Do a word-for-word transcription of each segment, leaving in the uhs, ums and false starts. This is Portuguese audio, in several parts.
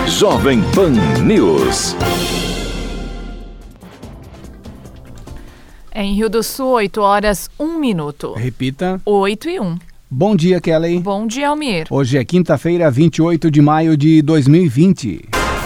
Jovem Pan News. Em Rio do Sul, oito horas, um minuto. Repita. oito e um. Bom dia, Kelly. Bom dia, Almir. Hoje é quinta-feira, vinte e oito de maio de dois mil e vinte.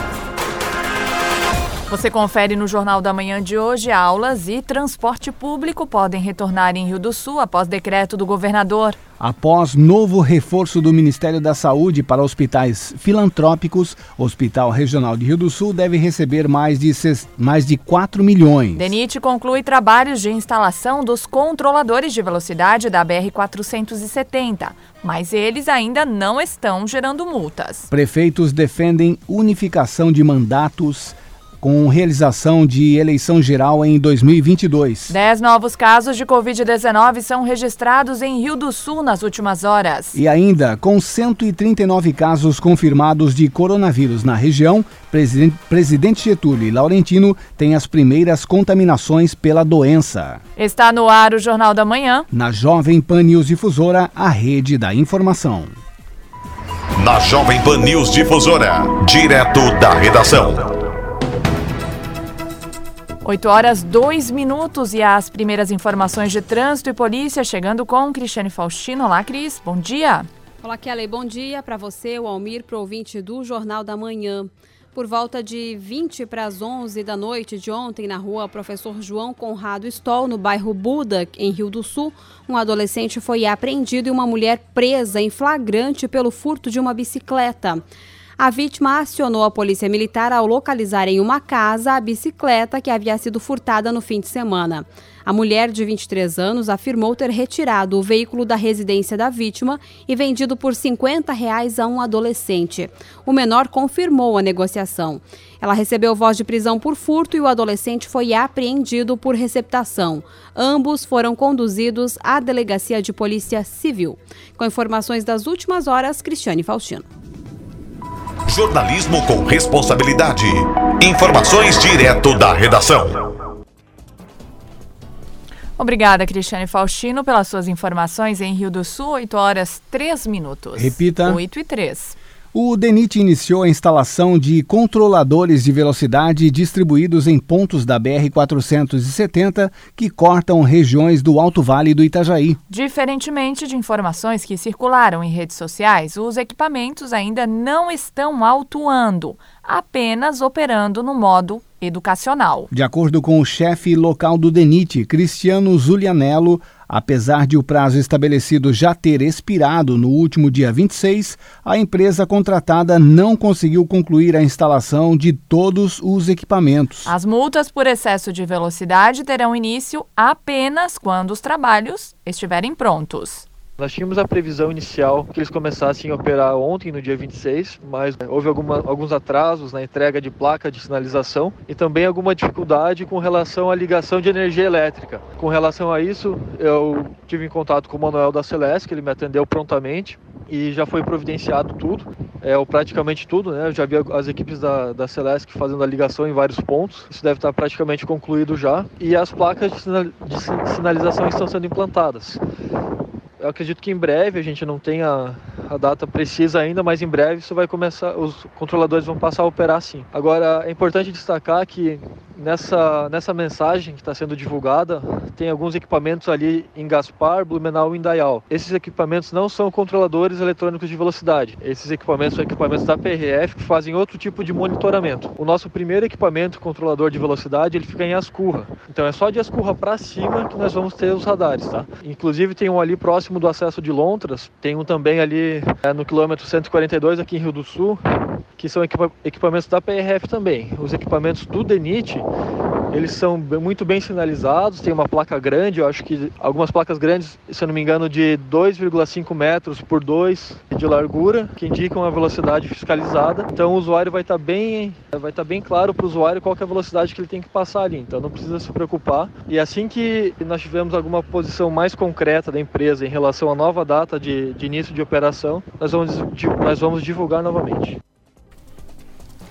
Você confere no Jornal da Manhã de hoje: aulas e transporte público podem retornar em Rio do Sul após decreto do governador. Após novo reforço do Ministério da Saúde para hospitais filantrópicos, o Hospital Regional de Rio do Sul deve receber mais de, mais de quatro milhões. DENIT conclui trabalhos de instalação dos controladores de velocidade da B R quatrocentos e setenta, mas eles ainda não estão gerando multas. Prefeitos defendem unificação de mandatos com realização de eleição geral em dois mil e vinte e dois. Dez novos casos de covid dezenove são registrados em Rio do Sul nas últimas horas. E ainda, com cento e trinta e nove casos confirmados de coronavírus na região, presidente, presidente Getúlio e Laurentino têm as primeiras contaminações pela doença. Está no ar o Jornal da Manhã. Na Jovem Pan News Difusora, a rede da informação. Na Jovem Pan News Difusora, direto da redação. oito horas, dois minutos e as primeiras informações de trânsito e polícia chegando com Cristiane Faustino. Olá, Cris, bom dia. Olá, Kelly, bom dia para você, o Almir, para o ouvinte do Jornal da Manhã. Por volta de vinte para as onze da noite de ontem, na rua Professor João Conrado Stoll, no bairro Buda, em Rio do Sul, um adolescente foi apreendido e uma mulher presa em flagrante pelo furto de uma bicicleta. A vítima acionou a polícia militar ao localizar em uma casa a bicicleta que havia sido furtada no fim de semana. A mulher, de vinte e três anos, afirmou ter retirado o veículo da residência da vítima e vendido por cinquenta reais a um adolescente. O menor confirmou a negociação. Ela recebeu voz de prisão por furto e o adolescente foi apreendido por receptação. Ambos foram conduzidos à Delegacia de Polícia Civil. Com informações das últimas horas, Cristiane Faustino. Jornalismo com responsabilidade. Informações direto da redação. Obrigada, Cristiane Faustino, pelas suas informações em Rio do Sul, oito horas, três minutos. Repita. oito e três. O DENIT iniciou a instalação de controladores de velocidade distribuídos em pontos da B R quatrocentos e setenta que cortam regiões do Alto Vale do Itajaí. Diferentemente de informações que circularam em redes sociais, os equipamentos ainda não estão autuando, apenas operando no modo educacional. De acordo com o chefe local do DENIT, Cristiano Zulianello, apesar de o prazo estabelecido já ter expirado no último dia vinte e seis, a empresa contratada não conseguiu concluir a instalação de todos os equipamentos. As multas por excesso de velocidade terão início apenas quando os trabalhos estiverem prontos. Nós tínhamos a previsão inicial que eles começassem a operar ontem, no dia vinte e seis, mas houve alguma, alguns atrasos na entrega de placa de sinalização e também alguma dificuldade com relação à ligação de energia elétrica. Com relação a isso, eu tive em contato com o Manuel da Celesc, que ele me atendeu prontamente e já foi providenciado tudo, é, ou praticamente tudo, né? Eu já vi as equipes da, da Celesc fazendo a ligação em vários pontos, isso deve estar praticamente concluído já, e as placas de, sinal, de sinalização estão sendo implantadas. Eu acredito que em breve, a gente não tem a, a data precisa ainda, mas em breve isso vai começar, os controladores vão passar a operar sim. Agora, é importante destacar que nessa, nessa mensagem que está sendo divulgada, tem alguns equipamentos ali em Gaspar, Blumenau e Indaial. Esses equipamentos não são controladores eletrônicos de velocidade. Esses equipamentos são equipamentos da P R F que fazem outro tipo de monitoramento. O nosso primeiro equipamento controlador de velocidade, ele fica em Ascurra. Então é só de Ascurra para cima que nós vamos ter os radares, tá? Inclusive tem um ali próximo do acesso de Lontras, tem um também ali é, no quilômetro cento e quarenta e dois aqui em Rio do Sul, que são equipa- equipamentos da P R F também. Os equipamentos do DENIT, eles são muito bem sinalizados, tem uma placa grande, eu acho que algumas placas grandes, se eu não me engano, de dois vírgula cinco metros por dois de largura, que indicam a velocidade fiscalizada. Então o usuário vai estar bem, vai estar bem claro para o usuário qual que é a velocidade que ele tem que passar ali, então não precisa se preocupar. E assim que nós tivermos alguma posição mais concreta da empresa em relação à nova data de, de início de operação, nós vamos, nós vamos divulgar novamente.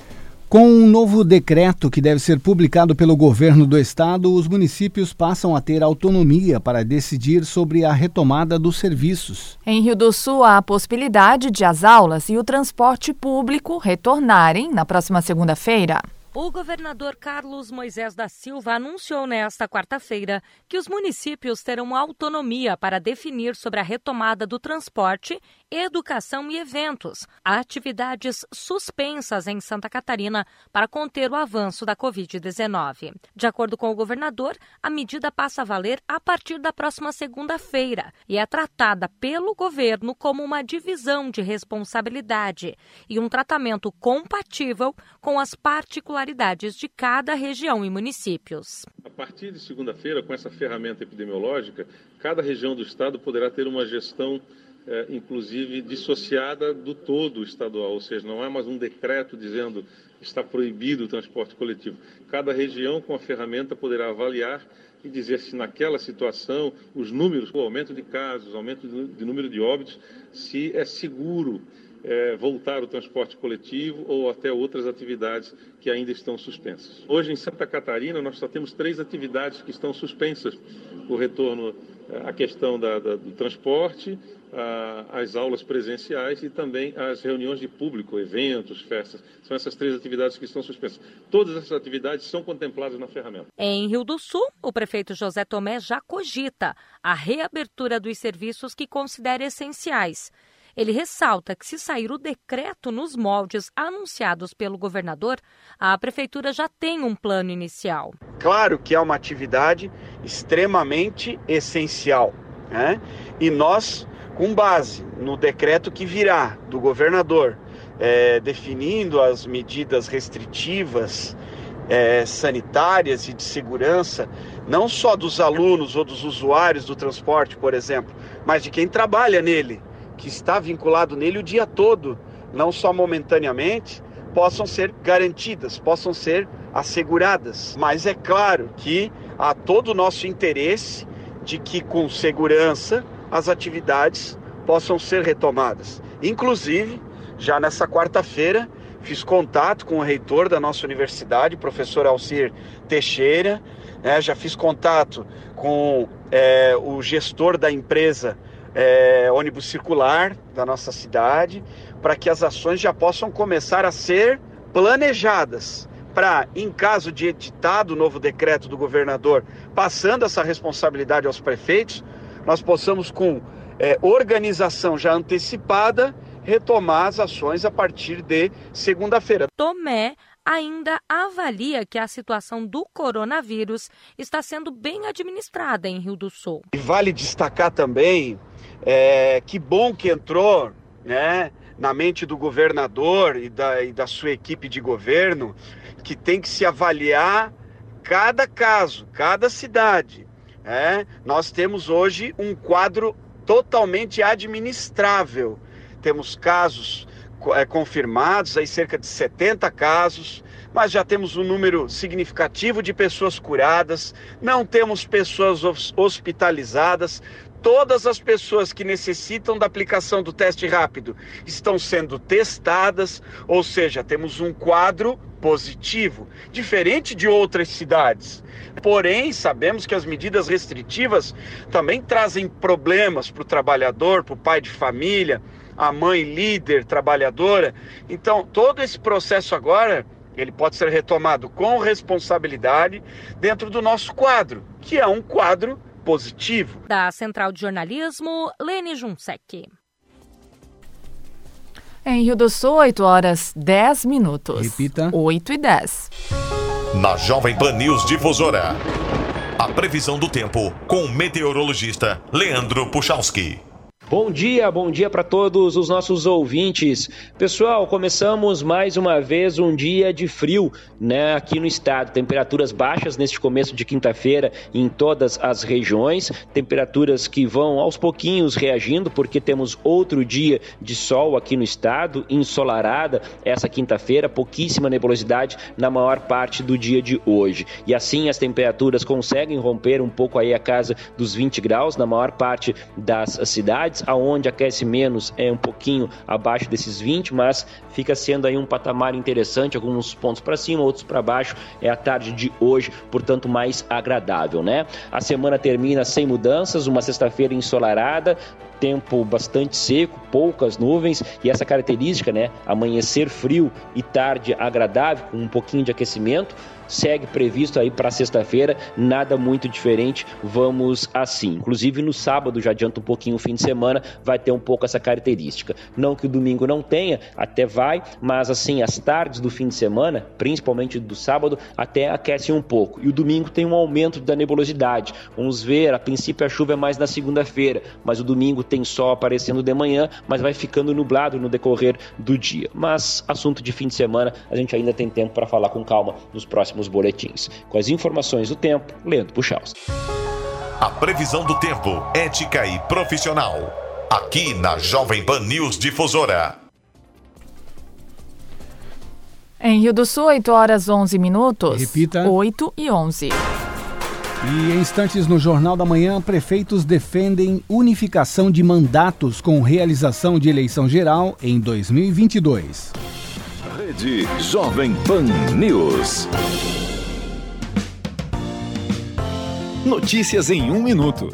Com um novo decreto que deve ser publicado pelo governo do estado, os municípios passam a ter autonomia para decidir sobre a retomada dos serviços. Em Rio do Sul, há a possibilidade de as aulas e o transporte público retornarem na próxima segunda-feira. O governador Carlos Moisés da Silva anunciou nesta quarta-feira que os municípios terão autonomia para definir sobre a retomada do transporte, educação e eventos, atividades suspensas em Santa Catarina para conter o avanço da covid dezenove. De acordo com o governador, a medida passa a valer a partir da próxima segunda-feira e é tratada pelo governo como uma divisão de responsabilidade e um tratamento compatível com as particularidades de cada região e municípios. A partir de segunda-feira, com essa ferramenta epidemiológica, cada região do estado poderá ter uma gestão, é, inclusive, dissociada do todo estadual, ou seja, não há mais um decreto dizendo que está proibido o transporte coletivo. Cada região, com a ferramenta, poderá avaliar e dizer se naquela situação os números, o aumento de casos, o aumento de número de óbitos, se é seguro É, voltar o transporte coletivo ou até outras atividades que ainda estão suspensas. Hoje em Santa Catarina nós só temos três atividades que estão suspensas: o retorno, a questão da, da, do transporte, a, as aulas presenciais e também as reuniões de público, eventos, festas. São essas três atividades que estão suspensas. Todas essas atividades são contempladas na ferramenta. Em Rio do Sul, o prefeito José Tomé já cogita a reabertura dos serviços que considera essenciais. Ele ressalta que, se sair o decreto nos moldes anunciados pelo governador, a prefeitura já tem um plano inicial. Claro que é uma atividade extremamente essencial, né? E nós, com base no decreto que virá do governador, é, definindo as medidas restritivas, é, sanitárias e de segurança, não só dos alunos ou dos usuários do transporte, por exemplo, mas de quem trabalha nele, que está vinculado nele o dia todo, não só momentaneamente, possam ser garantidas, possam ser asseguradas. Mas é claro que há todo o nosso interesse de que, com segurança, as atividades possam ser retomadas. Inclusive, já nessa quarta-feira, fiz contato com o reitor da nossa universidade, professor Alcir Teixeira, né? Já fiz contato com é, o gestor da empresa É, ônibus circular da nossa cidade, para que as ações já possam começar a ser planejadas, para, em caso de editado o novo decreto do governador, passando essa responsabilidade aos prefeitos, nós possamos, com é, organização já antecipada, retomar as ações a partir de segunda-feira. Tomé ainda avalia que a situação do coronavírus está sendo bem administrada em Rio do Sul. E vale destacar também é, que bom que entrou, né, na mente do governador e da, e da sua equipe de governo, que tem que se avaliar cada caso, cada cidade. É? Nós temos hoje um quadro totalmente administrável. Temos casos é, confirmados, aí cerca de setenta casos, mas já temos um número significativo de pessoas curadas, não temos pessoas hospitalizadas. Todas as pessoas que necessitam da aplicação do teste rápido estão sendo testadas, ou seja, temos um quadro positivo, diferente de outras cidades. Porém, sabemos que as medidas restritivas também trazem problemas para o trabalhador, para o pai de família, a mãe líder trabalhadora. Então, todo esse processo agora, ele pode ser retomado com responsabilidade dentro do nosso quadro, que é um quadro positivo. Da Central de Jornalismo, Lene Junsec. Em Rio do Sul, oito horas dez minutos. Repita. oito e dez. Na Jovem Pan News Difusora, a previsão do tempo com o meteorologista Leandro Puchalski. Bom dia, bom dia para todos os nossos ouvintes. Pessoal, começamos mais uma vez um dia de frio, né, aqui no estado. Temperaturas baixas neste começo de quinta-feira em todas as regiões. Temperaturas que vão aos pouquinhos reagindo, porque temos outro dia de sol aqui no estado, ensolarada essa quinta-feira, pouquíssima nebulosidade na maior parte do dia de hoje. E assim as temperaturas conseguem romper um pouco aí a casa dos vinte graus na maior parte das cidades. tardes, aonde aquece menos, é um pouquinho abaixo desses vinte, mas fica sendo aí um patamar interessante, alguns pontos para cima, outros para baixo. É a tarde de hoje, portanto, mais agradável, né? A semana termina sem mudanças, uma sexta-feira ensolarada, tempo bastante seco, poucas nuvens e essa característica, né, amanhecer frio e tarde agradável, com um pouquinho de aquecimento, segue previsto aí para sexta-feira, nada muito diferente, vamos assim. Inclusive no sábado, já adianta um pouquinho o fim de semana, vai ter um pouco essa característica. Não que o domingo não tenha, até vai, mas assim, as tardes do fim de semana, principalmente do sábado, até aquecem um pouco. E o domingo tem um aumento da nebulosidade. Vamos ver, a princípio a chuva é mais na segunda-feira, mas o domingo tem sol aparecendo de manhã, mas vai ficando nublado no decorrer do dia. Mas assunto de fim de semana, a gente ainda tem tempo para falar com calma nos próximos boletins. Com as informações do tempo, Leandro Puchalski. A previsão do tempo, ética e profissional. Aqui na Jovem Pan News Difusora. Em Rio do Sul, oito horas onze minutos. Repita. oito e onze. E em instantes no Jornal da Manhã, prefeitos defendem unificação de mandatos com realização de eleição geral em dois mil e vinte e dois. Rede Jovem Pan News. Notícias em um minuto.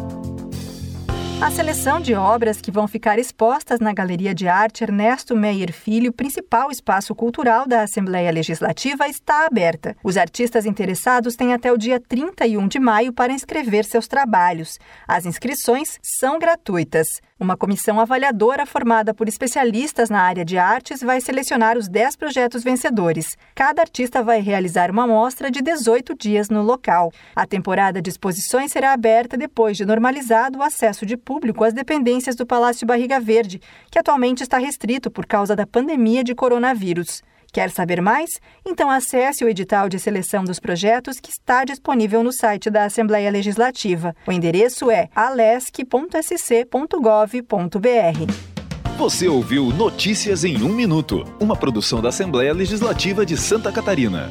A seleção de obras que vão ficar expostas na Galeria de Arte Ernesto Meyer Filho, principal espaço cultural da Assembleia Legislativa, está aberta. Os artistas interessados têm até o dia trinta e um de maio para inscrever seus trabalhos. As inscrições são gratuitas. Uma comissão avaliadora formada por especialistas na área de artes vai selecionar os dez projetos vencedores. Cada artista vai realizar uma mostra de dezoito dias no local. A temporada de exposições será aberta depois de normalizado o acesso de público às dependências do Palácio Barriga Verde, que atualmente está restrito por causa da pandemia de coronavírus. Quer saber mais? Então acesse o edital de seleção dos projetos que está disponível no site da Assembleia Legislativa. O endereço é alesc ponto s c ponto gov ponto b r. Você ouviu Notícias em um Minuto, uma produção da Assembleia Legislativa de Santa Catarina.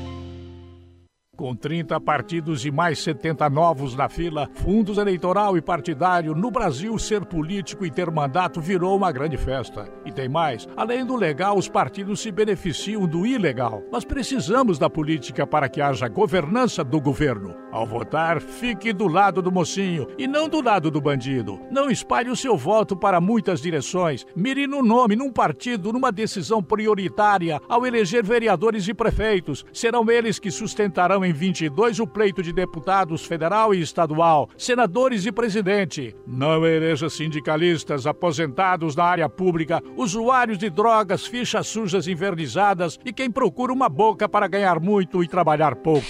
Com trinta partidos e mais setenta novos na fila, fundos eleitoral e partidário, no Brasil ser político e ter mandato virou uma grande festa. E tem mais, além do legal, os partidos se beneficiam do ilegal. Mas precisamos da política para que haja governança do governo. Ao votar, fique do lado do mocinho e não do lado do bandido. Não espalhe o seu voto para muitas direções. Mire no nome, num partido, numa decisão prioritária. Ao eleger vereadores e prefeitos, serão eles que sustentarão em vinte e dois o pleito de deputados federal e estadual, senadores e presidente. Não eleja sindicalistas, aposentados na área pública, usuários de drogas, fichas sujas invernizadas e quem procura uma boca para ganhar muito e trabalhar pouco.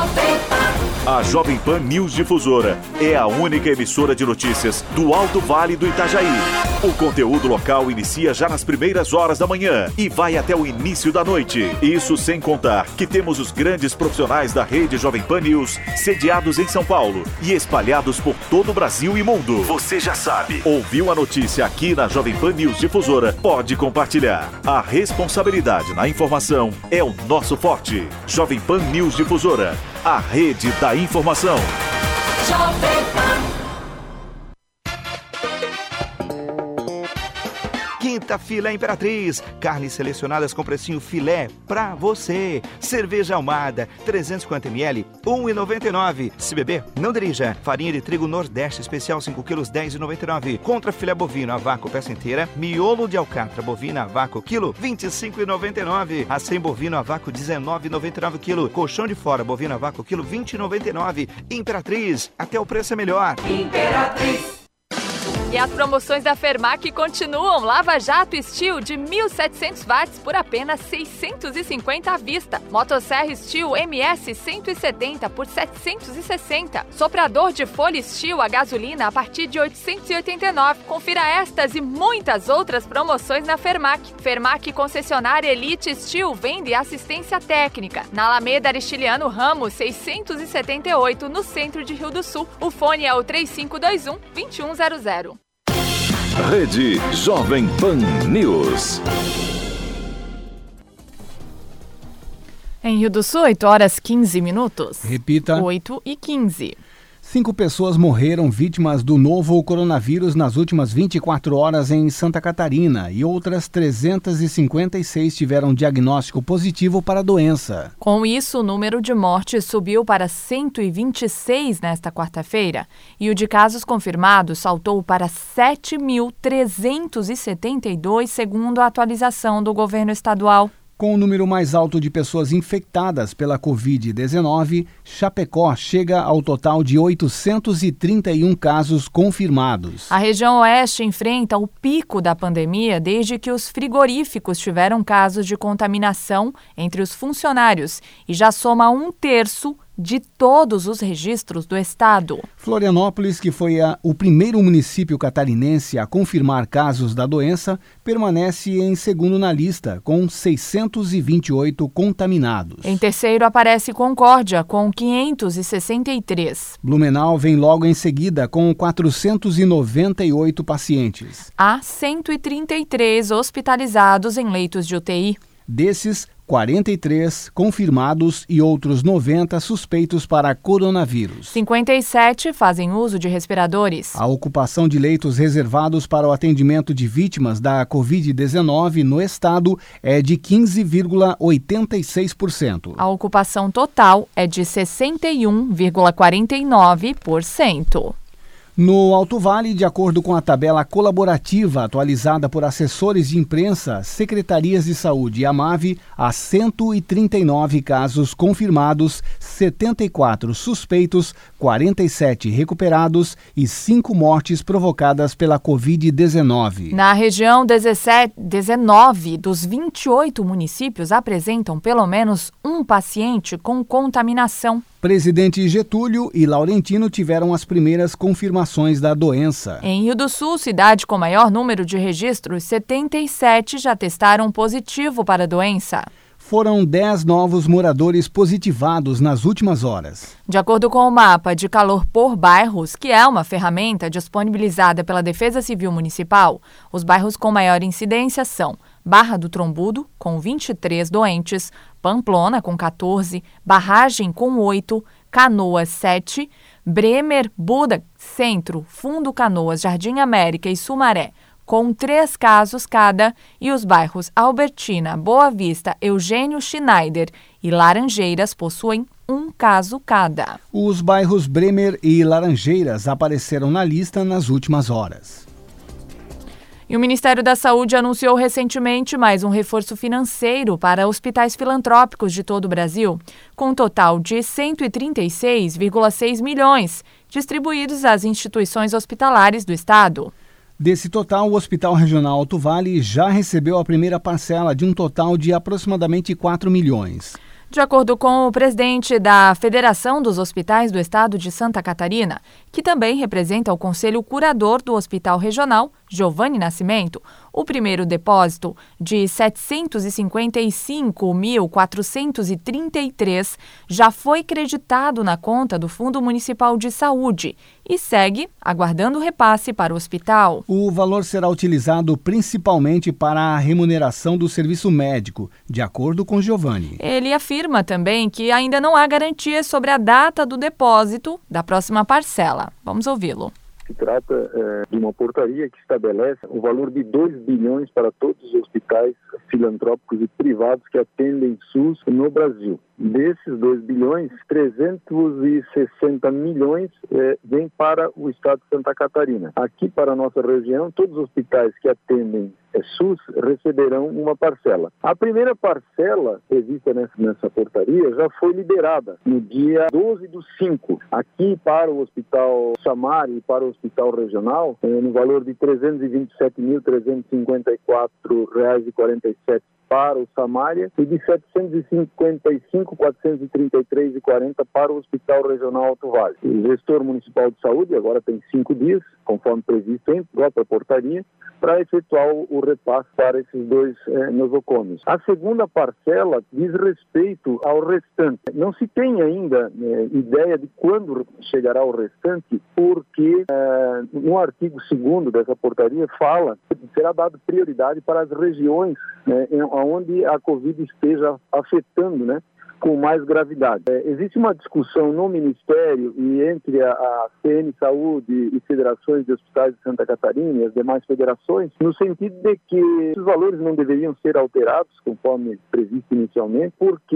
A Jovem Pan News Difusora é a única emissora de notícias do Alto Vale do Itajaí. O conteúdo local inicia já nas primeiras horas da manhã e vai até o início da noite. Isso sem contar que temos os grandes profissionais da rede Jovem Pan News sediados em São Paulo e espalhados por todo o Brasil e mundo. Você já sabe. Ouviu a notícia aqui na Jovem Pan News Difusora? Pode compartilhar. A responsabilidade na informação é o nosso forte. Jovem Pan News Difusora, a rede da informação. Jovem Pan. Quinta Filé Imperatriz, carnes selecionadas com precinho filé pra você. Cerveja Almada, trezentos e cinquenta mililitros, um real e noventa e nove centavos. Se beber, não dirija. Farinha de trigo Nordeste especial cinco quilos, dez reais e noventa e nove centavos. Contra filé bovino a vácuo peça inteira, miolo de alcatra bovina a vácuo quilo, vinte e cinco reais e noventa e nove centavos. Acém bovino a vácuo, dezenove reais e noventa e nove centavos quilo. Colchão de fora bovino a vácuo quilo, vinte reais e noventa e nove centavos. Imperatriz, até o preço é melhor. Imperatriz. E as promoções da Fermac continuam. Lava Jato Steel de mil e setecentos watts por apenas seiscentos e cinquenta à vista. Motosserra Steel M S cento e setenta por setecentos e sessenta. Soprador de folha Steel a gasolina a partir de oitocentos e oitenta e nove. Confira estas e muitas outras promoções na Fermac. Fermac concessionária Elite Steel, venda e assistência técnica. Na Alameda Aristiliano Ramos seiscentos e setenta e oito, no centro de Rio do Sul. O fone é o três cinco dois um, dois um zero zero. Rede Jovem Pan News. Em Rio do Sul, oito horas e quinze minutos. Repita. oito e quinze. Cinco pessoas morreram vítimas do novo coronavírus nas últimas vinte e quatro horas em Santa Catarina e outras trezentas e cinquenta e seis tiveram diagnóstico positivo para a doença. Com isso, o número de mortes subiu para cento e vinte e seis nesta quarta-feira e o de casos confirmados saltou para sete mil trezentos e setenta e dois, segundo a atualização do governo estadual. Com o número mais alto de pessoas infectadas pela covid dezenove, Chapecó chega ao total de oitocentos e trinta e um casos confirmados. A região oeste enfrenta o pico da pandemia desde que os frigoríficos tiveram casos de contaminação entre os funcionários e já soma um terço de todos os registros do estado. Florianópolis, que foi a, o primeiro município catarinense a confirmar casos da doença, permanece em segundo na lista, com seiscentos e vinte e oito contaminados. Em terceiro aparece Concórdia, com quinhentos e sessenta e três. Blumenau vem logo em seguida, com quatrocentos e noventa e oito pacientes. Há cento e trinta e três hospitalizados em leitos de U T I. Desses, quarenta e três confirmados e outros noventa suspeitos para coronavírus. cinquenta e sete fazem uso de respiradores. A ocupação de leitos reservados para o atendimento de vítimas da covid dezenove no estado é de quinze vírgula oitenta e seis por cento. A ocupação total é de sessenta e um vírgula quarenta e nove por cento. No Alto Vale, de acordo com a tabela colaborativa atualizada por assessores de imprensa, secretarias de saúde e Amave, há cento e trinta e nove casos confirmados, setenta e quatro suspeitos, quarenta e sete recuperados e cinco mortes provocadas pela covid dezenove. Na região, dezessete, dezenove dos vinte e oito municípios apresentam pelo menos um paciente com contaminação. Presidente Getúlio e Laurentino tiveram as primeiras confirmações da doença. Em Rio do Sul, cidade com maior número de registros, setenta e sete já testaram positivo para a doença. Foram dez novos moradores positivados nas últimas horas. De acordo com o mapa de calor por bairros, que é uma ferramenta disponibilizada pela Defesa Civil Municipal, os bairros com maior incidência são Barra do Trombudo, com vinte e três doentes, Pamplona, com quatorze, Barragem, com oito, Canoas, sete, Bremer, Buda, Centro, Fundo Canoas, Jardim América e Sumaré, com três casos cada, e os bairros Albertina, Boa Vista, Eugênio Schneider e Laranjeiras possuem um caso cada. Os bairros Bremer e Laranjeiras apareceram na lista nas últimas horas. E o Ministério da Saúde anunciou recentemente mais um reforço financeiro para hospitais filantrópicos de todo o Brasil, com um total de cento e trinta e seis vírgula seis milhões, distribuídos às instituições hospitalares do estado. Desse total, o Hospital Regional Alto Vale já recebeu a primeira parcela de um total de aproximadamente quatro milhões. De acordo com o presidente da Federação dos Hospitais do Estado de Santa Catarina, que também representa o Conselho Curador do Hospital Regional, Giovanni Nascimento, o primeiro depósito de setecentos e cinquenta e cinco mil quatrocentos e trinta e três já foi creditado na conta do Fundo Municipal de Saúde e segue aguardando repasse para o hospital. O valor será utilizado principalmente para a remuneração do serviço médico, de acordo com Giovanni. Ele afirma também que ainda não há garantias sobre a data do depósito da próxima parcela. Vamos ouvi-lo. Se trata é, de uma portaria que estabelece o valor de dois bilhões para todos os hospitais filantrópicos e privados que atendem SUS no Brasil. Desses dois bilhões, trezentos e sessenta milhões é, vêm para o estado de Santa Catarina. Aqui para a nossa região, todos os hospitais que atendem é, SUS receberão uma parcela. A primeira parcela prevista nessa, nessa portaria já foi liberada no dia doze do cinco, aqui para o Hospital Samari e para o Hospital Regional, é, no valor de trezentos e vinte e sete mil trezentos e cinquenta e quatro reais e quarenta e sete para o Samária e de setecentos e cinquenta e cinco mil quatrocentos e trinta e três reais e quarenta centavos para o Hospital Regional Alto Vale. O gestor municipal de saúde agora tem cinco dias, conforme previsto em própria portaria, para efetuar o repasse para esses dois eh, nosocomios. A segunda parcela diz respeito ao restante. Não se tem ainda eh, ideia de quando chegará o restante, porque eh, no artigo segundo dessa portaria fala que será dado prioridade para as regiões eh, onde a Covid esteja afetando, né, com mais gravidade. É, existe uma discussão no Ministério e entre a, a C N Saúde e federações de hospitais de Santa Catarina e as demais federações, no sentido de que os valores não deveriam ser alterados, conforme previsto inicialmente, porque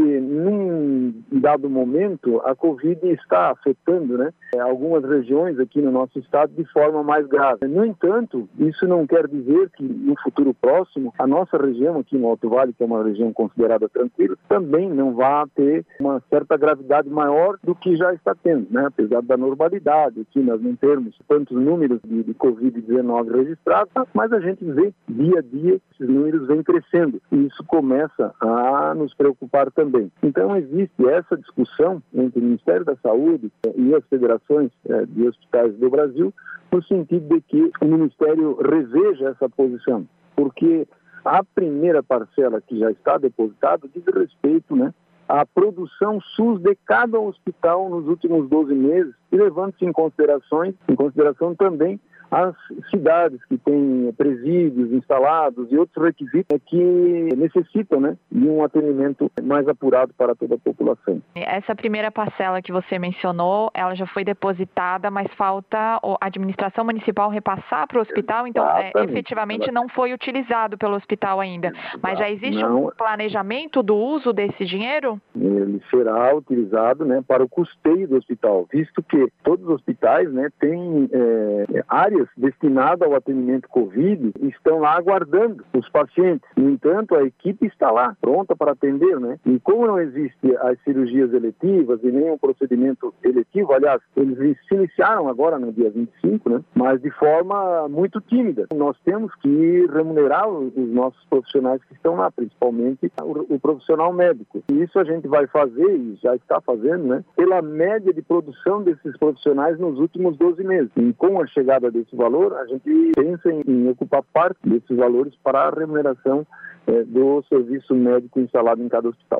num dado momento a Covid está afetando, né, algumas regiões aqui no nosso estado de forma mais grave. No entanto, isso não quer dizer que no futuro próximo a nossa região aqui no Alto Vale, que é uma região considerada tranquila, também não vai ter uma certa gravidade maior do que já está tendo, né? Apesar da normalidade, aqui nós não temos tantos números de, de covid dezenove registrados, mas a gente vê dia a dia esses números vêm crescendo e isso começa a nos preocupar também. Então existe essa discussão entre o Ministério da Saúde e as federações de hospitais do Brasil, no sentido de que o Ministério reveja essa posição, porque a primeira parcela que já está depositada diz respeito, né, à produção SUS de cada hospital nos últimos doze meses e levando-se em considerações, em consideração também as cidades que têm presídios instalados e outros requisitos que necessitam, né, de um atendimento mais apurado para toda a população. Essa primeira parcela que você mencionou, ela já foi depositada, mas falta a administração municipal repassar para o hospital, então é, efetivamente não foi utilizado pelo hospital ainda. Mas já existe não, um planejamento do uso desse dinheiro? Ele será utilizado, né, para o custeio do hospital, visto que todos os hospitais, né, têm é, áreas destinadas ao atendimento Covid e estão lá aguardando os pacientes. No entanto, a equipe está lá, pronta para atender, né? E como não existe as cirurgias eletivas e nem um procedimento eletivo, aliás, eles se iniciaram agora no dia vinte e cinco, né? Mas de forma muito tímida. Nós temos que remunerar os nossos profissionais que estão lá, principalmente o, o profissional médico. E isso a gente vai fazer, e já está fazendo, né? Pela média de produção desses profissionais nos últimos doze meses. E com a chegada desse valor, a gente pensa em, em ocupar parte desses valores para a remuneração eh, do serviço médico instalado em cada hospital.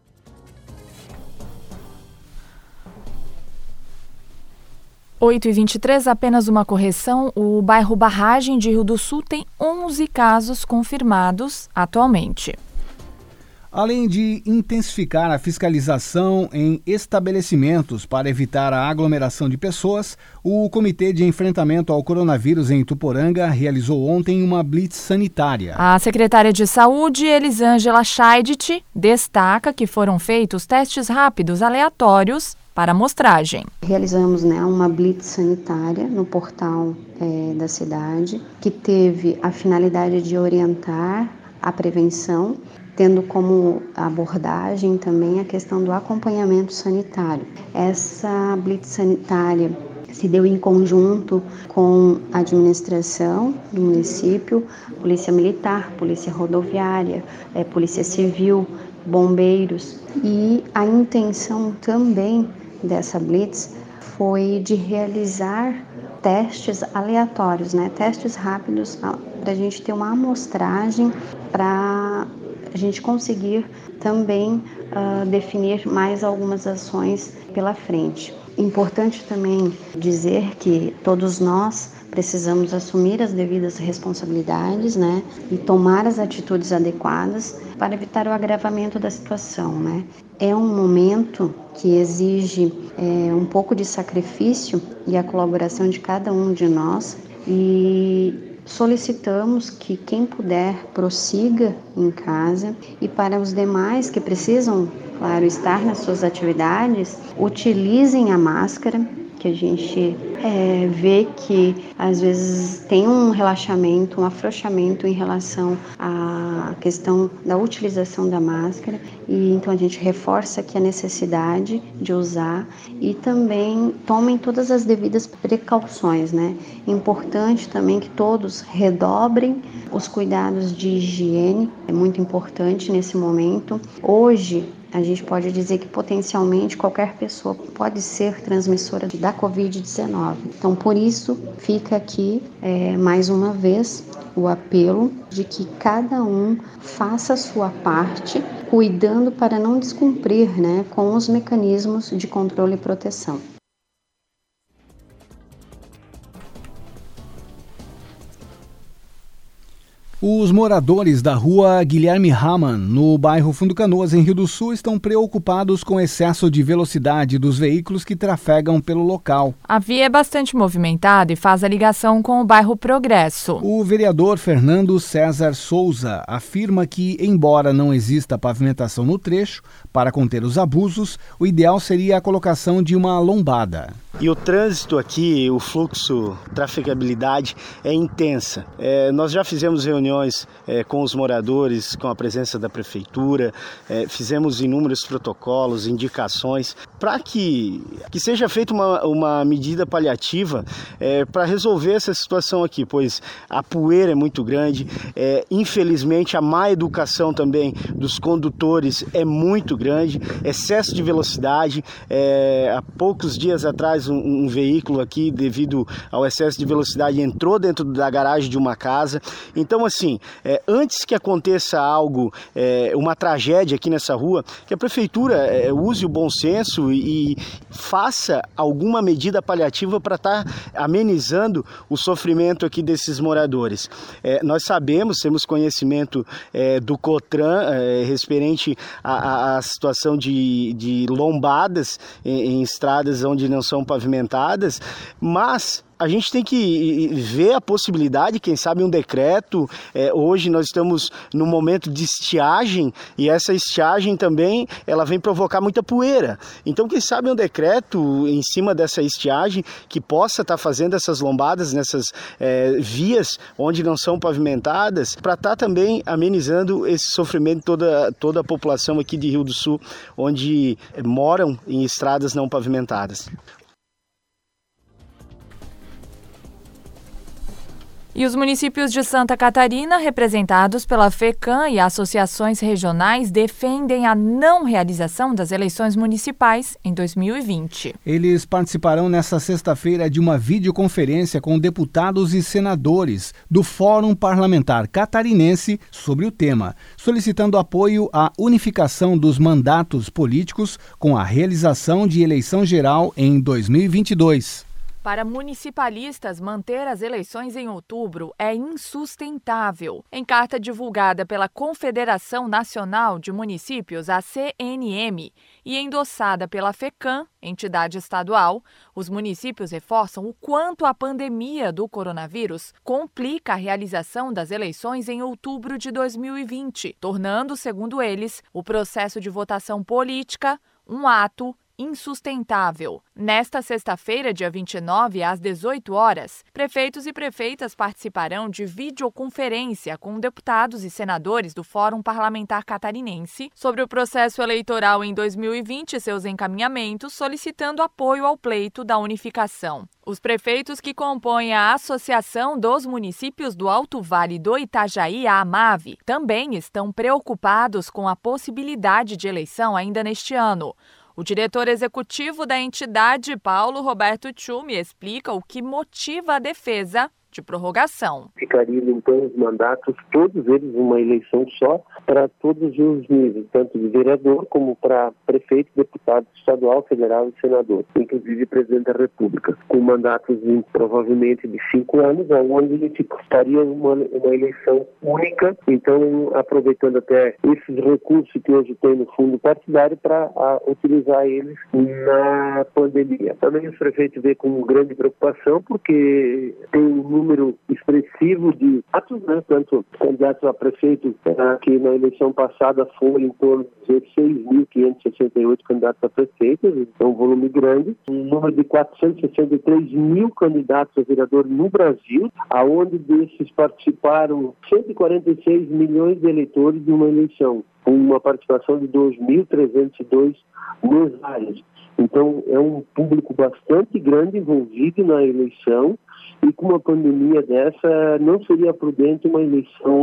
oito e vinte e três, apenas uma correção. O bairro Barragem de Rio do Sul tem onze casos confirmados atualmente. Além de intensificar a fiscalização em estabelecimentos para evitar a aglomeração de pessoas, o Comitê de Enfrentamento ao Coronavírus em Ituporanga realizou ontem uma blitz sanitária. A secretária de Saúde, Elisângela Scheidt, destaca que foram feitos testes rápidos aleatórios para amostragem. Realizamos, né, uma blitz sanitária no portal é, da cidade, que teve a finalidade de orientar a prevenção, tendo como abordagem também a questão do acompanhamento sanitário. Essa blitz sanitária se deu em conjunto com a administração do município, Polícia Militar, Polícia Rodoviária, é, Polícia Civil, bombeiros, e a intenção também dessa blitz foi de realizar testes aleatórios, né? Testes rápidos para a gente ter uma amostragem para a gente conseguir também uh, definir mais algumas ações pela frente. Importante também dizer que todos nós precisamos assumir as devidas responsabilidades, né, e tomar as atitudes adequadas para evitar o agravamento da situação, né. É um momento que exige é, um pouco de sacrifício e a colaboração de cada um de nós, e solicitamos que quem puder prossiga em casa, e para os demais que precisam, claro, estar nas suas atividades, utilizem a máscara, que a gente é, vê que às vezes tem um relaxamento, um afrouxamento em relação à questão da utilização da máscara, e então a gente reforça aqui a necessidade de usar, e também tomem todas as devidas precauções, né? Importante também que todos redobrem os cuidados de higiene, é muito importante nesse momento. Hoje, a gente pode dizer que potencialmente qualquer pessoa pode ser transmissora da covid dezenove. Então, por isso, fica aqui é, mais uma vez o apelo de que cada um faça a sua parte, cuidando para não descumprir, né, com os mecanismos de controle e proteção. Os moradores da rua Guilherme Raman, no bairro Fundo Canoas, em Rio do Sul, estão preocupados com o excesso de velocidade dos veículos que trafegam pelo local. A via é bastante movimentada e faz a ligação com o bairro Progresso. O vereador Fernando César Souza afirma que, embora não exista pavimentação no trecho, para conter os abusos, o ideal seria a colocação de uma lombada. E o trânsito aqui, o fluxo, trafegabilidade é intensa. É, nós já fizemos reuniões é, com os moradores, com a presença da prefeitura, é, fizemos inúmeros protocolos, indicações, para que, que seja feita uma, uma medida paliativa é, para resolver essa situação aqui, pois a poeira é muito grande, é, infelizmente a má educação também dos condutores é muito grande, excesso de velocidade. É, há poucos dias atrás um, um veículo aqui, devido ao excesso de velocidade, entrou dentro da garagem de uma casa. Então, assim, é, antes que aconteça algo, é, uma tragédia aqui nessa rua, que a prefeitura é, use o bom senso e, e faça alguma medida paliativa para estar tá amenizando o sofrimento aqui desses moradores. É, nós sabemos, temos conhecimento é, do COTRAN é, referente à, à situação de, de lombadas em, em estradas onde não são pavimentadas, mas a gente tem que ver a possibilidade, quem sabe um decreto. É, hoje nós estamos no momento de estiagem e essa estiagem também ela vem provocar muita poeira. Então quem sabe um decreto em cima dessa estiagem que possa estar tá fazendo essas lombadas nessas é, vias onde não são pavimentadas, para estar tá também amenizando esse sofrimento de toda, toda a população aqui de Rio do Sul, onde moram em estradas não pavimentadas. E os municípios de Santa Catarina, representados pela FECAM e associações regionais, defendem a não realização das eleições municipais em dois mil e vinte. Eles participarão nesta sexta-feira de uma videoconferência com deputados e senadores do Fórum Parlamentar Catarinense sobre o tema, solicitando apoio à unificação dos mandatos políticos com a realização de eleição geral em dois mil e vinte e dois. Para municipalistas, manter as eleições em outubro é insustentável. Em carta divulgada pela Confederação Nacional de Municípios, a C N M, e endossada pela FECAM, entidade estadual, os municípios reforçam o quanto a pandemia do coronavírus complica a realização das eleições em outubro de dois mil e vinte, tornando, segundo eles, o processo de votação política um ato insustentável. Nesta sexta-feira, dia vinte e nove, às dezoito horas, prefeitos e prefeitas participarão de videoconferência com deputados e senadores do Fórum Parlamentar Catarinense sobre o processo eleitoral em dois mil e vinte e seus encaminhamentos, solicitando apoio ao pleito da unificação. Os prefeitos que compõem a Associação dos Municípios do Alto Vale do Itajaí, a AMAV, também estão preocupados com a possibilidade de eleição ainda neste ano. O diretor executivo da entidade, Paulo Roberto Tchumi, explica o que motiva a defesa de prorrogação. Ficariam então os mandatos, todos eles uma eleição só, para todos os níveis, tanto de vereador como para prefeito, deputado estadual, federal e senador, inclusive presidente da República, com mandatos em, provavelmente de cinco anos, onde a gente estaria uma, uma eleição única, então aproveitando até esses recursos que hoje tem no fundo partidário para utilizar eles na pandemia. Também os prefeitos vê com grande preocupação porque tem um número expressivo de atos, né? Tanto candidatos a prefeito, que na eleição passada foi em torno de dezesseis mil quinhentos e sessenta e oito candidatos a prefeito, então um volume grande. Um número de quatrocentos e sessenta e três mil candidatos a vereador no Brasil, aonde desses participaram cento e quarenta e seis milhões de eleitores de uma eleição, com uma participação de dois mil trezentos e dois mesários. Então, é um público bastante grande envolvido na eleição e com uma pandemia dessa não seria prudente uma eleição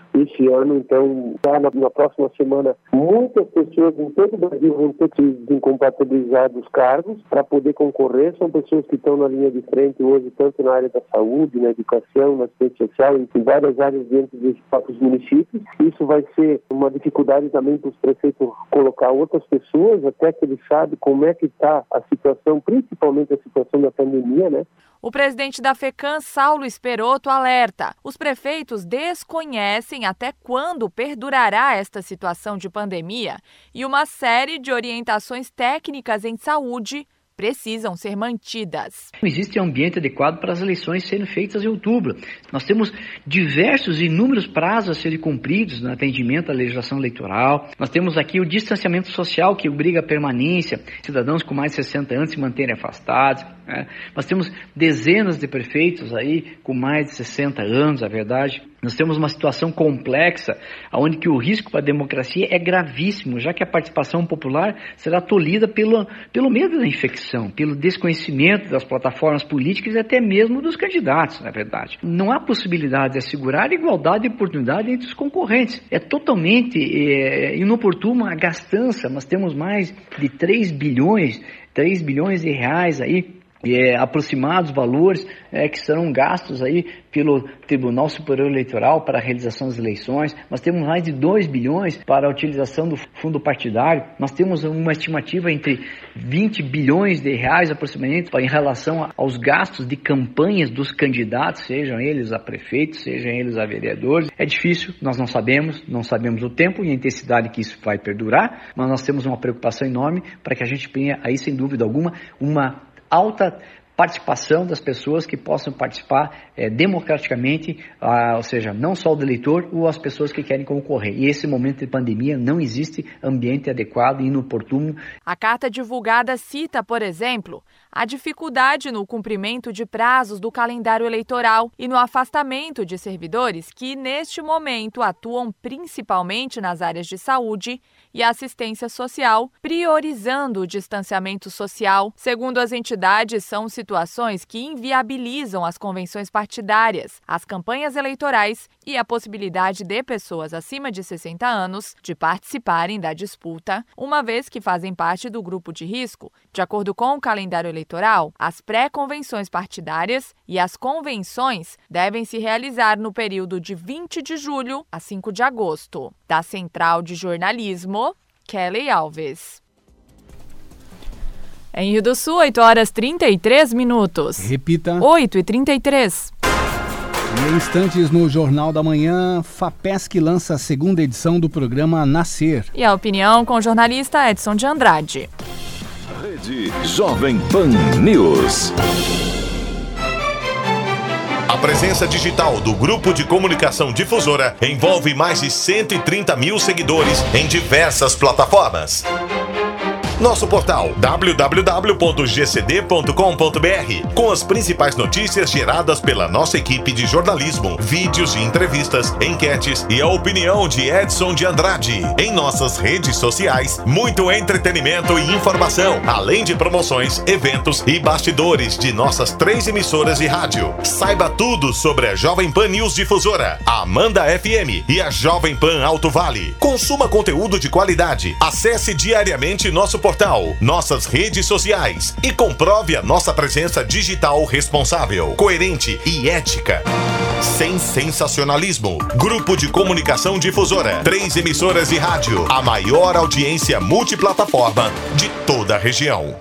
esse ano. Então, tá na, na próxima semana, muitas pessoas em todo o Brasil vão ter que desincompatibilizar dos cargos para poder concorrer. São pessoas que estão na linha de frente hoje, tanto na área da saúde, na educação, na assistência social, em várias áreas dentro dos próprios municípios. Isso vai ser uma dificuldade também para os prefeitos colocar outras pessoas, até que eles sabem como é que está a situação, principalmente a situação da pandemia, né? O presidente da FECAM, Saulo Esperoto, alerta. Os prefeitos desconhecem até quando perdurará esta situação de pandemia e uma série de orientações técnicas em saúde precisam ser mantidas. Não existe ambiente adequado para as eleições serem feitas em outubro. Nós temos diversos e inúmeros prazos a serem cumpridos no atendimento à legislação eleitoral. Nós temos aqui o distanciamento social, que obriga a permanência, cidadãos com mais de sessenta anos se manterem afastados. Né? Nós temos dezenas de prefeitos aí com mais de sessenta anos, a verdade. Nós temos uma situação complexa, onde que o risco para a democracia é gravíssimo, já que a participação popular será tolhida pelo, pelo medo da infecção, pelo desconhecimento das plataformas políticas e até mesmo dos candidatos, na verdade. Não há possibilidade de assegurar igualdade de oportunidade entre os concorrentes. É totalmente é, inoportuna a gastança. Nós temos mais de três bilhões, três bilhões de reais aí, É, aproximados valores é, que serão gastos aí pelo Tribunal Superior Eleitoral para a realização das eleições. Nós temos mais de dois bilhões para a utilização do fundo partidário. Nós temos uma estimativa entre vinte bilhões de reais aproximadamente em relação aos gastos de campanhas dos candidatos, sejam eles a prefeitos, sejam eles a vereadores. É difícil, nós não sabemos, não sabemos o tempo e a intensidade que isso vai perdurar, mas nós temos uma preocupação enorme para que a gente tenha aí, sem dúvida alguma, uma alta participação das pessoas que possam participar é, democraticamente, ah, ou seja, não só o eleitor ou as pessoas que querem concorrer. E esse momento de pandemia não existe ambiente adequado e inoportuno. A carta divulgada cita, por exemplo, a dificuldade no cumprimento de prazos do calendário eleitoral e no afastamento de servidores que, neste momento, atuam principalmente nas áreas de saúde e assistência social, priorizando o distanciamento social. Segundo as entidades, são situações que inviabilizam as convenções partidárias, as campanhas eleitorais e a possibilidade de pessoas acima de sessenta anos de participarem da disputa, uma vez que fazem parte do grupo de risco. De acordo com o calendário eleitoral, as pré-convenções partidárias e as convenções devem se realizar no período de vinte de julho a cinco de agosto. Da Central de Jornalismo, Kelly Alves. Em Rio do Sul, oito horas e trinta e três minutos. Repita. oito e trinta e três. E em instantes no Jornal da Manhã, FAPESC lança a segunda edição do programa Nascer. E a opinião com o jornalista Edson de Andrade. Rede Jovem Pan News. A presença digital do Grupo de Comunicação Difusora envolve mais de cento e trinta mil seguidores em diversas plataformas. Nosso portal w w w ponto g c d ponto com ponto b r, com as principais notícias geradas pela nossa equipe de jornalismo, vídeos de entrevistas, enquetes e a opinião de Edson de Andrade. Em nossas redes sociais, muito entretenimento e informação, além de promoções, eventos e bastidores de nossas três emissoras de rádio. Saiba tudo sobre a Jovem Pan News Difusora, a Amanda F M e a Jovem Pan Alto Vale. Consuma conteúdo de qualidade. Acesse diariamente nosso portal. Portal, nossas redes sociais e comprove a nossa presença digital responsável, coerente e ética. Sem sensacionalismo. Grupo de Comunicação Difusora. Três emissoras de rádio. A maior audiência multiplataforma de toda a região.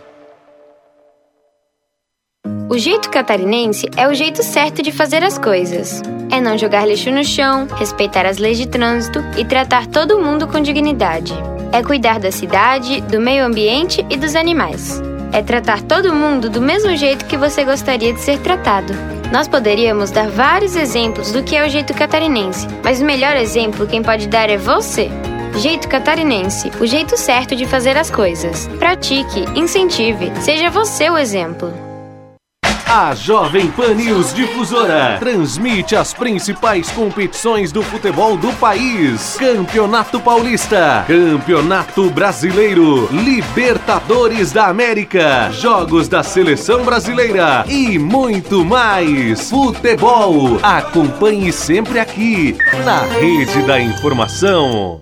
O jeito catarinense é o jeito certo de fazer as coisas. É não jogar lixo no chão, respeitar as leis de trânsito e tratar todo mundo com dignidade. É cuidar da cidade, do meio ambiente e dos animais. É tratar todo mundo do mesmo jeito que você gostaria de ser tratado. Nós poderíamos dar vários exemplos do que é o jeito catarinense, mas o melhor exemplo quem pode dar é você. Jeito catarinense, o jeito certo de fazer as coisas. Pratique, incentive, seja você o exemplo. A Jovem Pan News Difusora transmite as principais competições do futebol do país. Campeonato Paulista, Campeonato Brasileiro, Libertadores da América, Jogos da Seleção Brasileira e muito mais. Futebol, acompanhe sempre aqui, na Rede da Informação.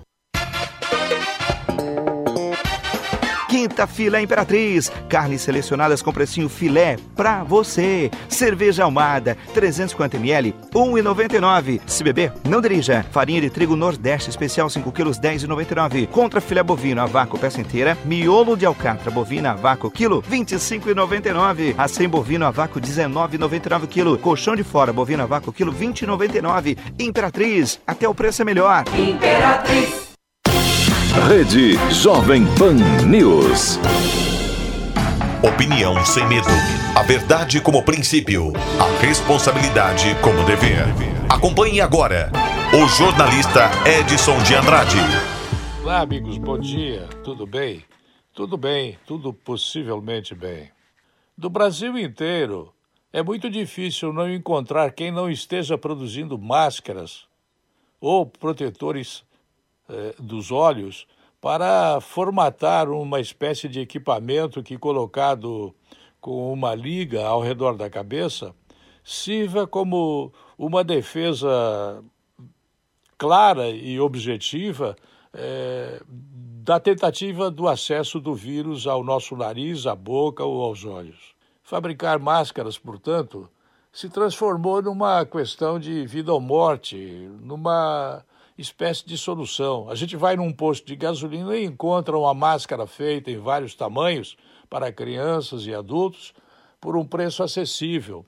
Quinta Filé Imperatriz, carnes selecionadas com precinho filé pra você. Cerveja Almada, trezentos e cinquenta mililitros, um real e noventa e nove centavos. Se beber, não dirija. Farinha de trigo Nordeste especial cinco quilos, dez reais e noventa e nove centavos. Contra filé bovino a vácuo peça inteira, miolo de alcatra bovina a vácuo quilo, vinte e cinco reais e noventa e nove centavos. Acém bovino a vácuo, dezenove reais e noventa e nove centavos quilo. Colchão de fora bovino a vácuo quilo, vinte reais e noventa e nove centavos. Imperatriz, até o preço é melhor. Imperatriz. Rede Jovem Pan News. Opinião sem medo. A verdade como princípio. A responsabilidade como dever. Acompanhe agora o jornalista Edson de Andrade. Olá, amigos, bom dia. Tudo bem? Tudo bem, tudo possivelmente bem. Do Brasil inteiro, é muito difícil não encontrar quem não esteja produzindo máscaras ou protetores eh, dos olhos para formatar uma espécie de equipamento que, colocado com uma liga ao redor da cabeça, sirva como uma defesa clara e objetiva eh, da tentativa do acesso do vírus ao nosso nariz, à boca ou aos olhos. Fabricar máscaras, portanto, se transformou numa questão de vida ou morte, numa espécie de solução. A gente vai num posto de gasolina e encontra uma máscara feita em vários tamanhos para crianças e adultos por um preço acessível.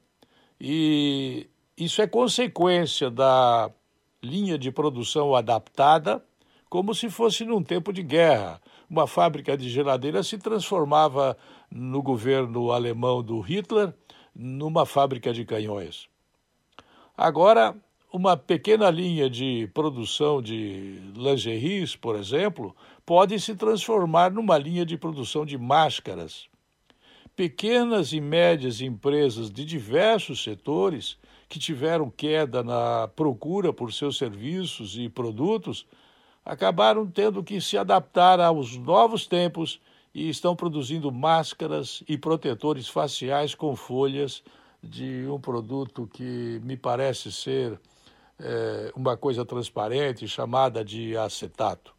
E isso é consequência da linha de produção adaptada, como se fosse num tempo de guerra. Uma fábrica de geladeira se transformava no governo alemão do Hitler numa fábrica de canhões. Agora, uma pequena linha de produção de lingeries, por exemplo, pode se transformar numa linha de produção de máscaras. Pequenas e médias empresas de diversos setores que tiveram queda na procura por seus serviços e produtos acabaram tendo que se adaptar aos novos tempos e estão produzindo máscaras e protetores faciais com folhas de um produto que me parece ser é, uma coisa transparente chamada de acetato.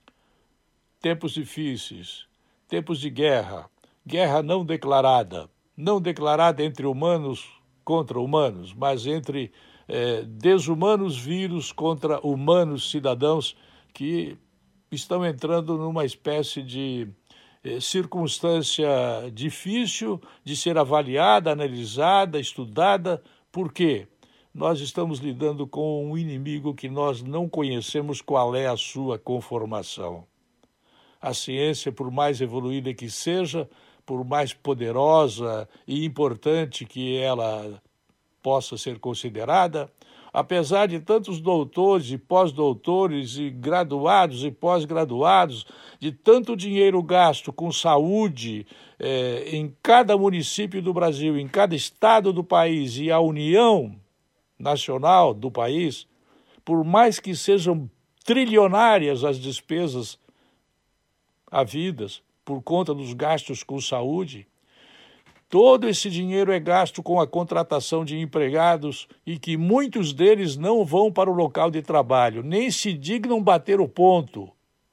Tempos difíceis, tempos de guerra, guerra não declarada, não declarada entre humanos contra humanos, mas entre é, desumanos vírus contra humanos cidadãos que estão entrando numa espécie de eh, circunstância difícil de ser avaliada, analisada, estudada. Por quê? Nós estamos lidando com um inimigo que nós não conhecemos qual é a sua conformação. A ciência, por mais evoluída que seja, por mais poderosa e importante que ela possa ser considerada, apesar de tantos doutores e pós-doutores e graduados e pós-graduados, de tanto dinheiro gasto com saúde eh, em cada município do Brasil, em cada estado do país e a União Nacional do país, por mais que sejam trilionárias as despesas havidas por conta dos gastos com saúde, todo esse dinheiro é gasto com a contratação de empregados e que muitos deles não vão para o local de trabalho, nem se dignam bater o ponto.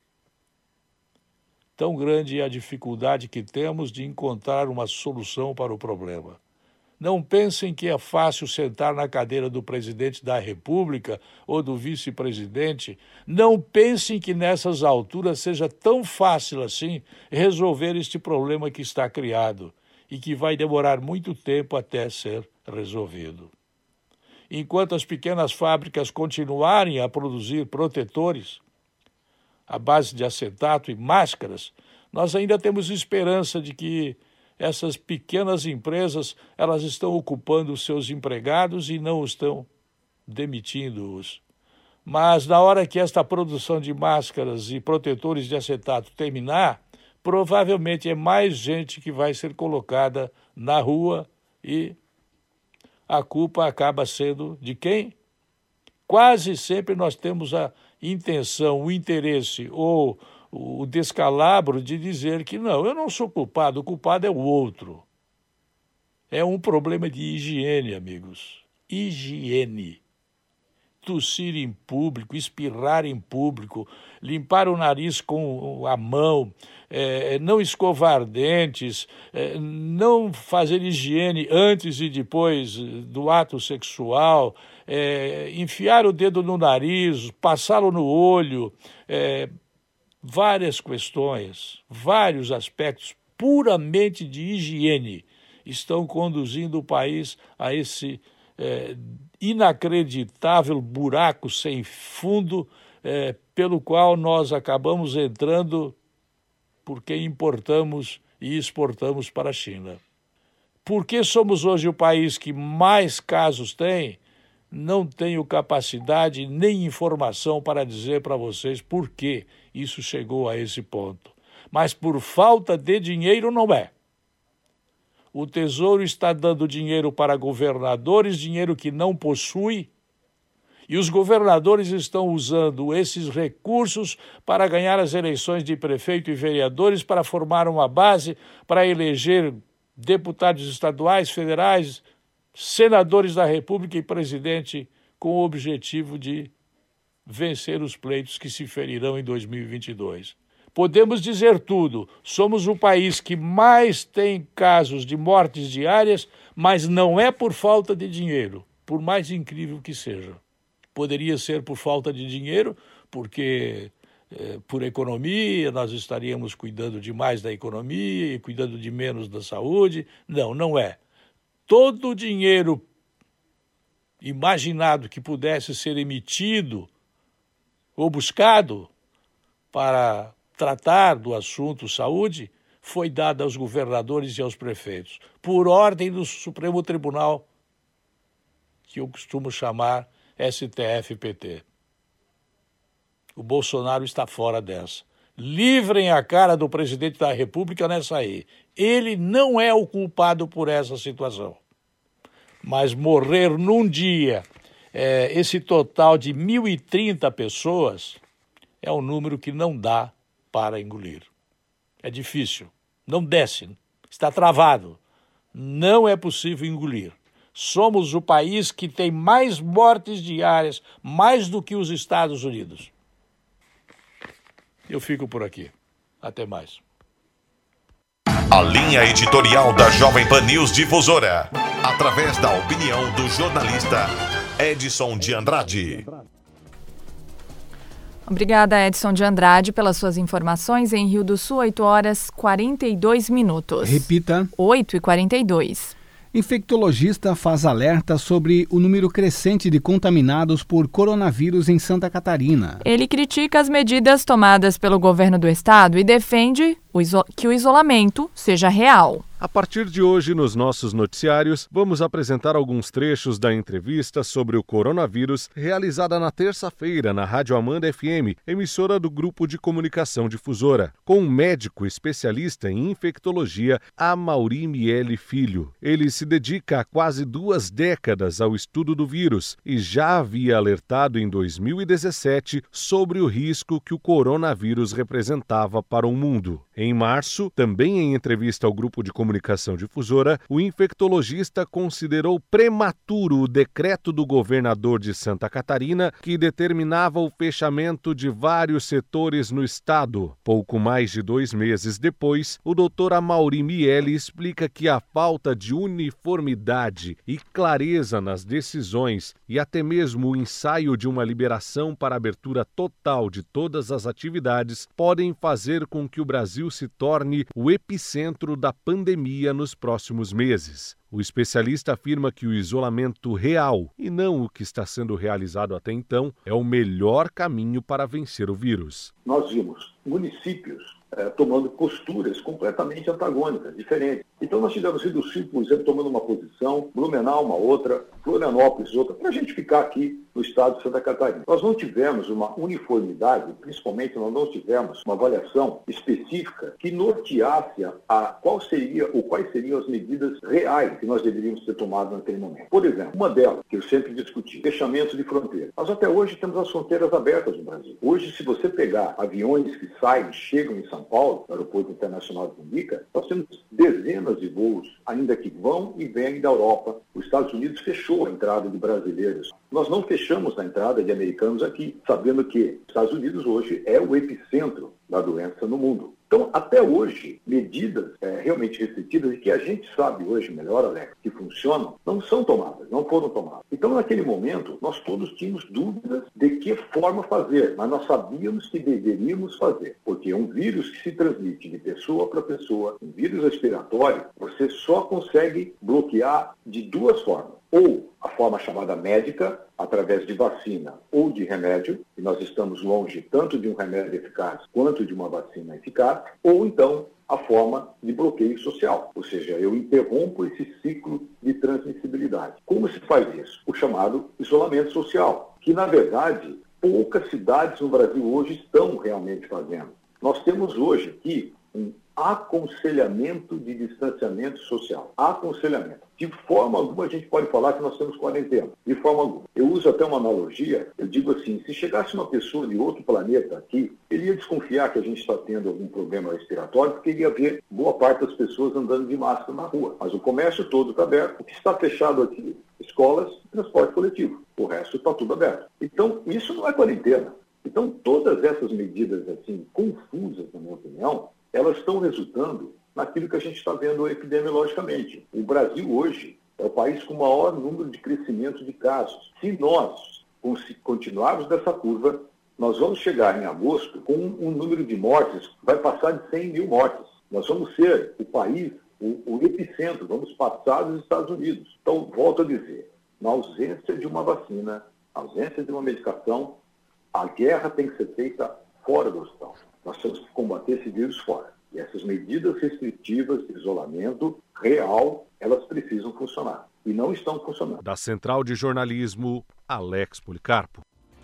Tão grande é a dificuldade que temos de encontrar uma solução para o problema. Não pensem que é fácil sentar na cadeira do presidente da República ou do vice-presidente. Não pensem que nessas alturas seja tão fácil assim resolver este problema que está criado e que vai demorar muito tempo até ser resolvido. Enquanto as pequenas fábricas continuarem a produzir protetores à base de acetato e máscaras, nós ainda temos esperança de que essas pequenas empresas elas estão ocupando os seus empregados e não estão demitindo-os. Mas na hora que esta produção de máscaras e protetores de acetato terminar, provavelmente é mais gente que vai ser colocada na rua e a culpa acaba sendo de quem? Quase sempre nós temos a intenção, o interesse ou o descalabro de dizer que não, eu não sou culpado, o culpado é o outro. É um problema de higiene, amigos. Higiene. Tossir em público, espirrar em público, limpar o nariz com a mão, é, não escovar dentes, é, não fazer higiene antes e depois do ato sexual, é, enfiar o dedo no nariz, passá-lo no olho, é, várias questões, vários aspectos puramente de higiene estão conduzindo o país a esse é, inacreditável buraco sem fundo é, pelo qual nós acabamos entrando porque importamos e exportamos para a China. Por que somos hoje o país que mais casos tem? Não tenho capacidade nem informação para dizer para vocês por que isso chegou a esse ponto. Mas por falta de dinheiro não é. O Tesouro está dando dinheiro para governadores, dinheiro que não possui, e os governadores estão usando esses recursos para ganhar as eleições de prefeito e vereadores, para formar uma base, para eleger deputados estaduais, federais, senadores da República e presidente, com o objetivo de vencer os pleitos que se ferirão em dois mil e vinte e dois. Podemos dizer tudo, somos o país que mais tem casos de mortes diárias, mas não é por falta de dinheiro, por mais incrível que seja. Poderia ser por falta de dinheiro, porque eh, por economia nós estaríamos cuidando demais da economia e cuidando de menos da saúde. Não, não é. Todo o dinheiro imaginado que pudesse ser emitido ou buscado para tratar do assunto saúde foi dado aos governadores e aos prefeitos, por ordem do Supremo Tribunal, que eu costumo chamar S T F P T. O Bolsonaro está fora dessa. Livrem a cara do presidente da República nessa aí. Ele não é o culpado por essa situação. Mas morrer num dia, é, esse total de mil e trinta pessoas, é um número que não dá para engolir. É difícil. Não desce. Está travado. Não é possível engolir. Somos o país que tem mais mortes diárias, mais do que os Estados Unidos. Eu fico por aqui. Até mais. A linha editorial da Jovem Pan News Difusora, através da opinião do jornalista Edson de Andrade. Obrigada, Edson de Andrade, pelas suas informações. Em Rio do Sul, oito horas e quarenta e dois minutos. Repita. oito e quarenta e dois. Infectologista faz alerta sobre o número crescente de contaminados por coronavírus em Santa Catarina. Ele critica as medidas tomadas pelo governo do estado e defende o iso- que o isolamento seja real. A partir de hoje, nos nossos noticiários, vamos apresentar alguns trechos da entrevista sobre o coronavírus realizada na terça-feira na Rádio Amanda F M, emissora do Grupo de Comunicação Difusora, com um médico especialista em infectologia, Amaury Miele Filho. Ele se dedica há quase duas décadas ao estudo do vírus e já havia alertado em dois mil e dezessete sobre o risco que o coronavírus representava para o mundo. Em março, também em entrevista ao Grupo de Comunicação Difusora, o infectologista considerou prematuro o decreto do governador de Santa Catarina que determinava o fechamento de vários setores no estado. Pouco mais de dois meses depois, o doutor Amaury Miele explica que a falta de uniformidade e clareza nas decisões e até mesmo o ensaio de uma liberação para a abertura total de todas as atividades podem fazer com que o Brasil se torne o epicentro da pandemia nos próximos meses. O especialista afirma que o isolamento real, e não o que está sendo realizado até então, é o melhor caminho para vencer o vírus. Nós vimos municípios eh, tomando posturas completamente antagônicas, diferentes. Então nós tivemos Rio do Sul, por exemplo, tomando uma posição, Blumenau uma outra, Florianópolis outra, para a gente ficar aqui no estado de Santa Catarina. Nós não tivemos uma uniformidade, principalmente nós não tivemos uma avaliação específica que norteasse a, a qual seria ou quais seriam as medidas reais que nós deveríamos ter tomado naquele momento. Por exemplo, uma delas, que eu sempre discuti, fechamento de fronteira. Nós até hoje temos as fronteiras abertas no Brasil. Hoje, se você pegar aviões que saem, chegam em São Paulo, no Aeroporto Internacional de Cumbica, nós temos dezenas de voos, ainda que vão e vêm da Europa. Os Estados Unidos fechou a entrada de brasileiros. Nós não fechamos a entrada de americanos aqui, sabendo que os Estados Unidos hoje é o epicentro da doença no mundo. Então, até hoje, medidas é, realmente restritivas e que a gente sabe hoje melhor, Alex, que funcionam, não são tomadas, não foram tomadas. Então, naquele momento, nós todos tínhamos dúvidas de que forma fazer, mas nós sabíamos que deveríamos fazer, porque um vírus que se transmite de pessoa para pessoa, um vírus respiratório, você só consegue bloquear de duas formas. Ou a forma chamada médica, através de vacina ou de remédio, e nós estamos longe tanto de um remédio eficaz quanto de uma vacina eficaz, ou então a forma de bloqueio social, ou seja, eu interrompo esse ciclo de transmissibilidade. Como se faz isso? O chamado isolamento social, que na verdade poucas cidades no Brasil hoje estão realmente fazendo. Nós temos hoje aqui um aconselhamento de distanciamento social. Aconselhamento. De forma alguma a gente pode falar que nós temos quarentena. De forma alguma. Eu uso até uma analogia, eu digo assim, se chegasse uma pessoa de outro planeta aqui, ele ia desconfiar que a gente está tendo algum problema respiratório, porque ele ia ver boa parte das pessoas andando de máscara na rua. Mas o comércio todo está aberto. O que está fechado aqui? Escolas, transporte coletivo. O resto está tudo aberto. Então, isso não é quarentena. Então, todas essas medidas assim confusas, na minha opinião, elas estão resultando naquilo que a gente está vendo epidemiologicamente. O Brasil hoje é o país com o maior número de crescimento de casos. Se nós continuarmos dessa curva, nós vamos chegar em agosto com um número de mortes que vai passar de cem mil mortes. Nós vamos ser o país, o, o epicentro, vamos passar dos Estados Unidos. Então, volto a dizer, na ausência de uma vacina, na ausência de uma medicação, a guerra tem que ser feita fora do hospital. Nós temos que combater esse vírus fora. E essas medidas restritivas de isolamento real, elas precisam funcionar. E não estão funcionando. Da Central de Jornalismo, Alex Policarpo.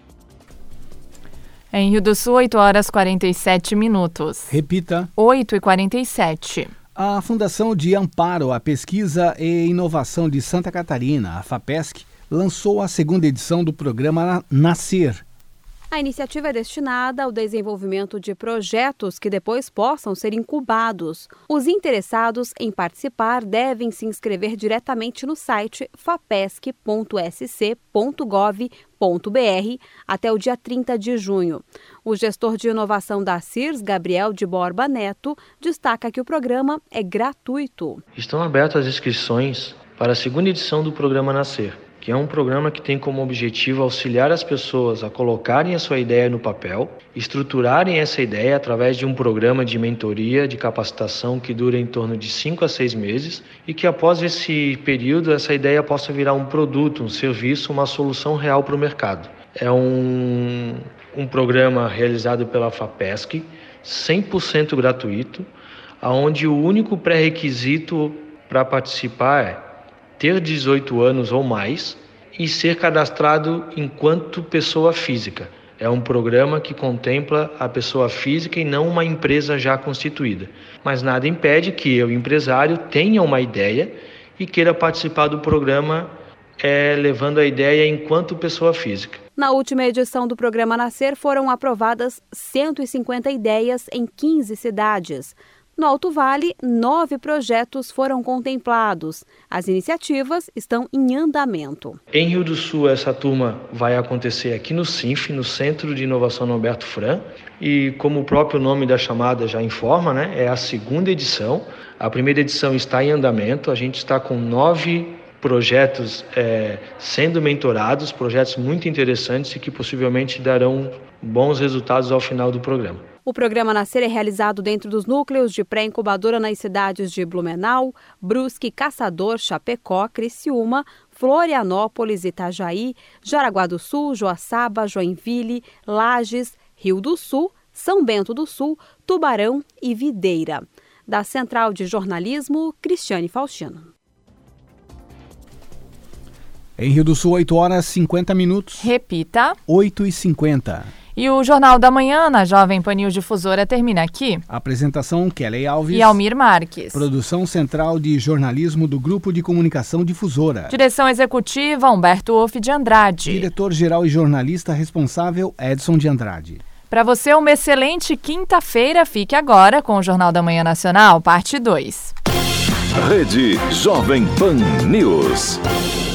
Em Rio do Sul, oito horas e quarenta e sete minutos. Repita. oito e quarenta e sete. A Fundação de Amparo à Pesquisa e Inovação de Santa Catarina, a FAPESC, lançou a segunda edição do programa Nascer. A iniciativa é destinada ao desenvolvimento de projetos que depois possam ser incubados. Os interessados em participar devem se inscrever diretamente no site fapesc ponto s c ponto gov ponto b r até o dia trinta de junho. O gestor de inovação da C I R S, Gabriel de Borba Neto, destaca que o programa é gratuito. Estão abertas as inscrições para a segunda edição do programa Nascer, que é um programa que tem como objetivo auxiliar as pessoas a colocarem a sua ideia no papel, estruturarem essa ideia através de um programa de mentoria, de capacitação que dura em torno de cinco a seis meses e que após esse período essa ideia possa virar um produto, um serviço, uma solução real para o mercado. É um, um programa realizado pela FAPESC, cem por cento gratuito, onde o único pré-requisito para participar é ter dezoito anos ou mais e ser cadastrado enquanto pessoa física. É um programa que contempla a pessoa física e não uma empresa já constituída. Mas nada impede que o empresário tenha uma ideia e queira participar do programa é, levando a ideia enquanto pessoa física. Na última edição do programa Nascer foram aprovadas cento e cinquenta ideias em quinze cidades. No Alto Vale, nove projetos foram contemplados. As iniciativas estão em andamento. Em Rio do Sul, essa turma vai acontecer aqui no CINF, no Centro de Inovação Norberto Fran. E como o próprio nome da chamada já informa, né, é a segunda edição. A primeira edição está em andamento. A gente está com nove projetos é, sendo mentorados, projetos muito interessantes e que possivelmente darão bons resultados ao final do programa. O programa Nascer é realizado dentro dos núcleos de pré-incubadora nas cidades de Blumenau, Brusque, Caçador, Chapecó, Criciúma, Florianópolis, Itajaí, Jaraguá do Sul, Joaçaba, Joinville, Lages, Rio do Sul, São Bento do Sul, Tubarão e Videira. Da Central de Jornalismo, Cristiane Faustino. Em Rio do Sul, oito horas e cinquenta minutos. Repita. oito e cinquenta. E o Jornal da Manhã, na Jovem Pan News Difusora, termina aqui. Apresentação, Kelly Alves e Almir Marques. Produção central de jornalismo do Grupo de Comunicação Difusora. Direção executiva, Humberto Wolff de Andrade. Diretor-geral e jornalista responsável, Edson de Andrade. Para você, uma excelente quinta-feira. Fique agora com o Jornal da Manhã Nacional, parte dois. Rede Jovem Pan News.